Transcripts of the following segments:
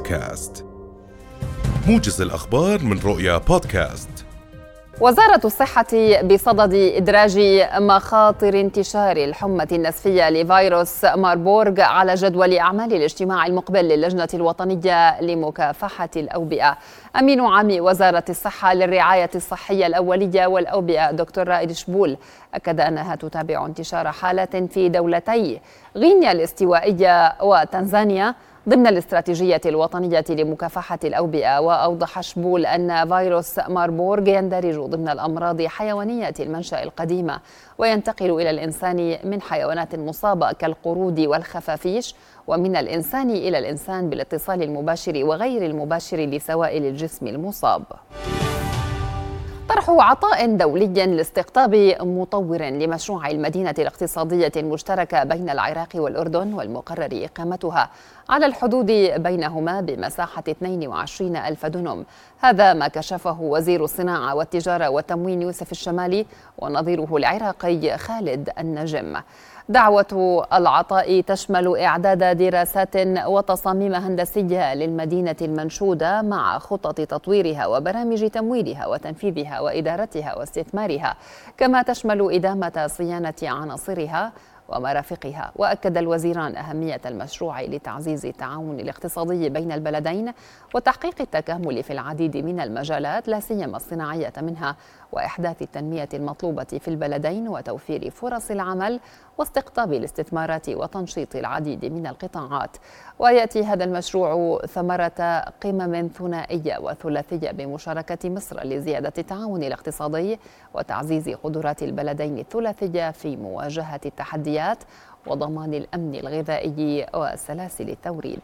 بودكاست. موجز الأخبار من رؤيا بودكاست. وزارة الصحة بصدد إدراج مخاطر انتشار الحمى النسفية لفيروس ماربورغ على جدول أعمال الاجتماع المقبل للجنة الوطنية لمكافحة الأوبئة. أمين عام وزارة الصحة للرعاية الصحية الأولية والأوبئة دكتور رائد شبول أكد أنها تتابع انتشار حالات في دولتي غينيا الاستوائية وتنزانيا ضمن الاستراتيجية الوطنية لمكافحة الأوبئة. وأوضح شبول أن فيروس ماربورغ يندرج ضمن الأمراض حيوانية المنشأ القديمة وينتقل إلى الإنسان من حيوانات مصابة كالقرود والخفافيش، ومن الإنسان إلى الإنسان بالاتصال المباشر وغير المباشر لسوائل الجسم المصاب. طرح عطاء دولي لاستقطاب مطور لمشروع المدينة الاقتصادية المشتركة بين العراق والأردن والمقرر إقامتها على الحدود بينهما بمساحة 22,000 دنم. هذا ما كشفه وزير الصناعة والتجارة والتموين يوسف الشمالي ونظيره العراقي خالد النجم. دعوة العطاء تشمل إعداد دراسات وتصاميم هندسية للمدينة المنشودة مع خطط تطويرها وبرامج تمويلها وتنفيذها وإدارتها واستثمارها، كما تشمل إدامة صيانة عناصرها ومرافقها. وأكد الوزيران أهمية المشروع لتعزيز التعاون الاقتصادي بين البلدين وتحقيق التكامل في العديد من المجالات لا سيما الصناعية منها، وإحداث التنمية المطلوبة في البلدين وتوفير فرص العمل واستقطاب الاستثمارات وتنشيط العديد من القطاعات. ويأتي هذا المشروع ثمرة قمم ثنائية وثلاثية بمشاركة مصر لزيادة التعاون الاقتصادي وتعزيز قدرات البلدين الثلاثية في مواجهة التحديات وضمان الأمن الغذائي وسلاسل التوريد.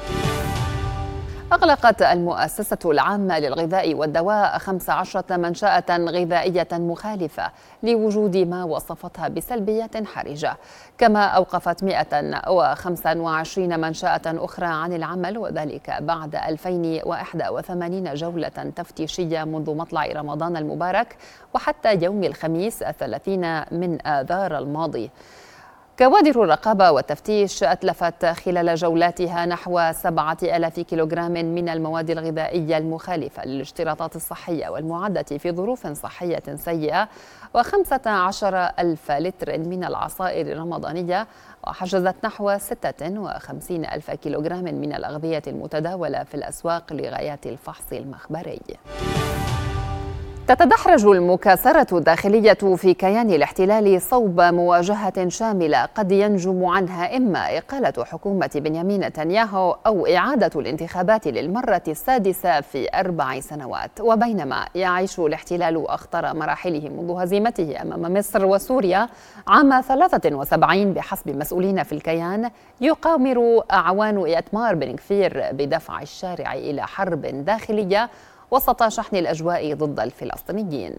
أغلقت المؤسسة العامة للغذاء والدواء 15 منشأة غذائية مخالفة لوجود ما وصفتها بسلبية حرجة، كما أوقفت 125 منشأة أخرى عن العمل، وذلك بعد 2081 جولة تفتيشية منذ مطلع رمضان المبارك وحتى يوم الخميس 30 من آذار الماضي. كوادر الرقابة والتفتيش أتلفت خلال جولاتها نحو 7,000 كيلوغرام من المواد الغذائية المخالفة للاشتراطات الصحية والمعدة في ظروف صحية سيئة، و15,000 لتر من العصائر الرمضانية، وحجزت نحو 56,000 كيلوغرام من الأغذية المتداولة في الأسواق لغايات الفحص المخبري. تتدحرج المكاسرة الداخلية في كيان الاحتلال صوب مواجهة شاملة قد ينجم عنها إما إقالة حكومة بنيامين نتنياهو أو إعادة الانتخابات للمرة السادسة في 4 سنوات. وبينما يعيش الاحتلال أخطر مراحله منذ هزيمته أمام مصر وسوريا عام 73 بحسب مسؤولين في الكيان، يقامر أعوان إيتمار بن كفير بدفع الشارع إلى حرب داخلية وسط شحن الأجواء ضد الفلسطينيين.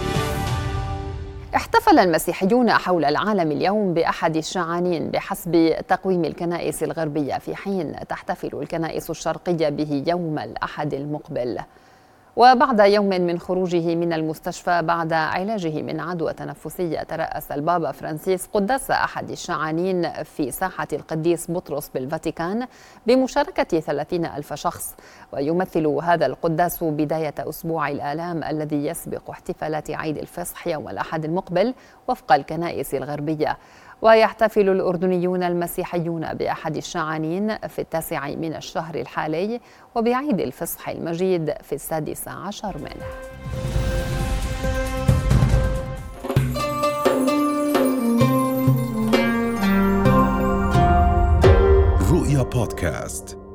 احتفل المسيحيون حول العالم اليوم بأحد الشعانين بحسب تقويم الكنائس الغربية، في حين تحتفل الكنائس الشرقية به يوم الأحد المقبل. وبعد يوم من خروجه من المستشفى بعد علاجه من عدوى تنفسية، ترأس البابا فرانسيس قداس أحد الشعانين في ساحة القديس بطرس بالفاتيكان بمشاركة 30,000 شخص. ويمثل هذا القداس بداية أسبوع الآلام الذي يسبق احتفالات عيد الفصح يوم الأحد المقبل وفق الكنائس الغربية. ويحتفل الأردنيون المسيحيون بأحد الشعانين في 9 من الشهر الحالي، وبعيد الفصح المجيد في 16 منه. رؤيا بودكاست.